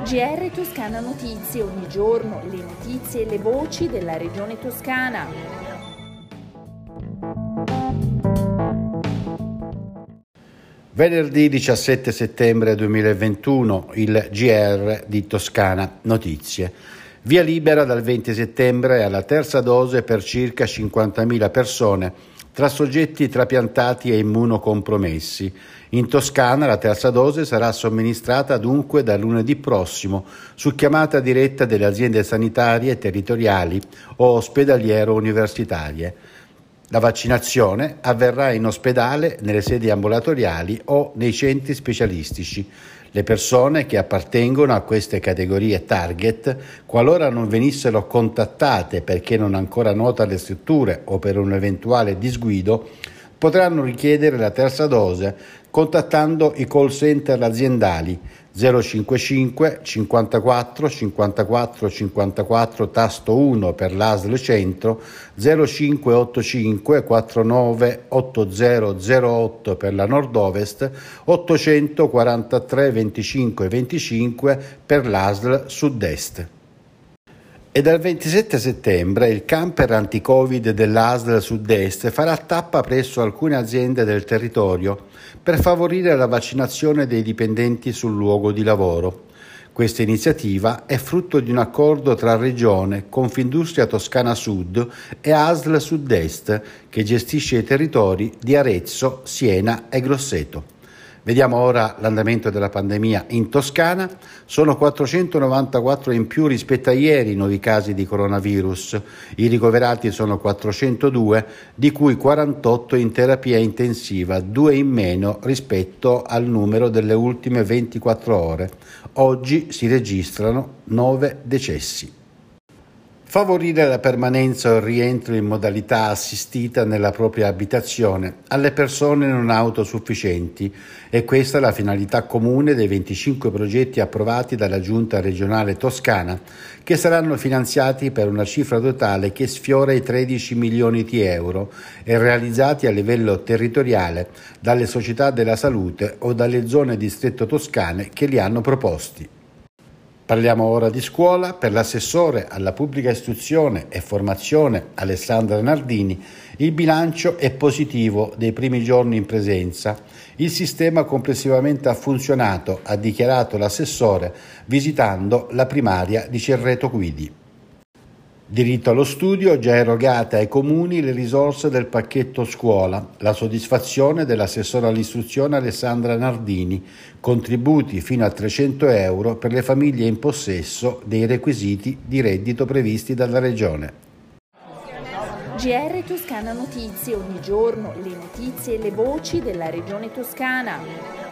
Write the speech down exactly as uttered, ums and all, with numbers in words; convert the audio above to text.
G R Toscana Notizie, ogni giorno le notizie e le voci della regione toscana. Venerdì diciassette settembre duemilaventuno, il G R di Toscana Notizie. Via libera dal venti settembre alla terza dose per circa cinquantamila persone, tra soggetti trapiantati e immunocompromessi. In Toscana la terza dose sarà somministrata dunque da lunedì prossimo su chiamata diretta delle aziende sanitarie territoriali o ospedaliero-universitarie. La vaccinazione avverrà in ospedale, nelle sedi ambulatoriali o nei centri specialistici. Le persone che appartengono a queste categorie target, qualora non venissero contattate perché non ancora nota le strutture o per un eventuale disguido, potranno richiedere la terza dose contattando i call center aziendali zero cinquantacinque cinquantaquattro cinquantaquattro cinquantaquattro tasto uno per l'A S L Centro, zero cinque ottantacinque quarantanove ottanta zero otto per la Nord-Ovest, ottocentoquarantatré venticinque venticinque per l'A S L Sud-Est. E dal ventisette settembre il camper anti-Covid dell'A S L Sud-Est farà tappa presso alcune aziende del territorio per favorire la vaccinazione dei dipendenti sul luogo di lavoro. Questa iniziativa è frutto di un accordo tra Regione, Confindustria Toscana Sud e A S L Sud-Est, che gestisce i territori di Arezzo, Siena e Grosseto. Vediamo ora l'andamento della pandemia in Toscana. Sono quattrocentonovantaquattro in più rispetto a ieri i nuovi casi di coronavirus. I ricoverati sono quattrocentodue, di cui quarantotto in terapia intensiva, due in meno rispetto al numero delle ultime ventiquattro ore. Oggi si registrano nove decessi. Favorire la permanenza o il rientro in modalità assistita nella propria abitazione alle persone non autosufficienti. E questa è la finalità comune dei venticinque progetti approvati dalla Giunta regionale toscana, che saranno finanziati per una cifra totale che sfiora i tredici milioni di euro e realizzati a livello territoriale dalle società della salute o dalle zone distretto toscane che li hanno proposti. Parliamo ora di scuola. Per l'assessore alla pubblica istruzione e formazione Alessandra Nardini il bilancio è positivo dei primi giorni in presenza. Il sistema complessivamente ha funzionato, ha dichiarato l'assessore visitando la primaria di Cerreto Guidi. Diritto allo studio, già erogate ai comuni le risorse del pacchetto scuola, la soddisfazione dell'assessore all'istruzione Alessandra Nardini, contributi fino a trecento euro per le famiglie in possesso dei requisiti di reddito previsti dalla Regione. G R Toscana Notizie, ogni giorno le notizie e le voci della regione toscana.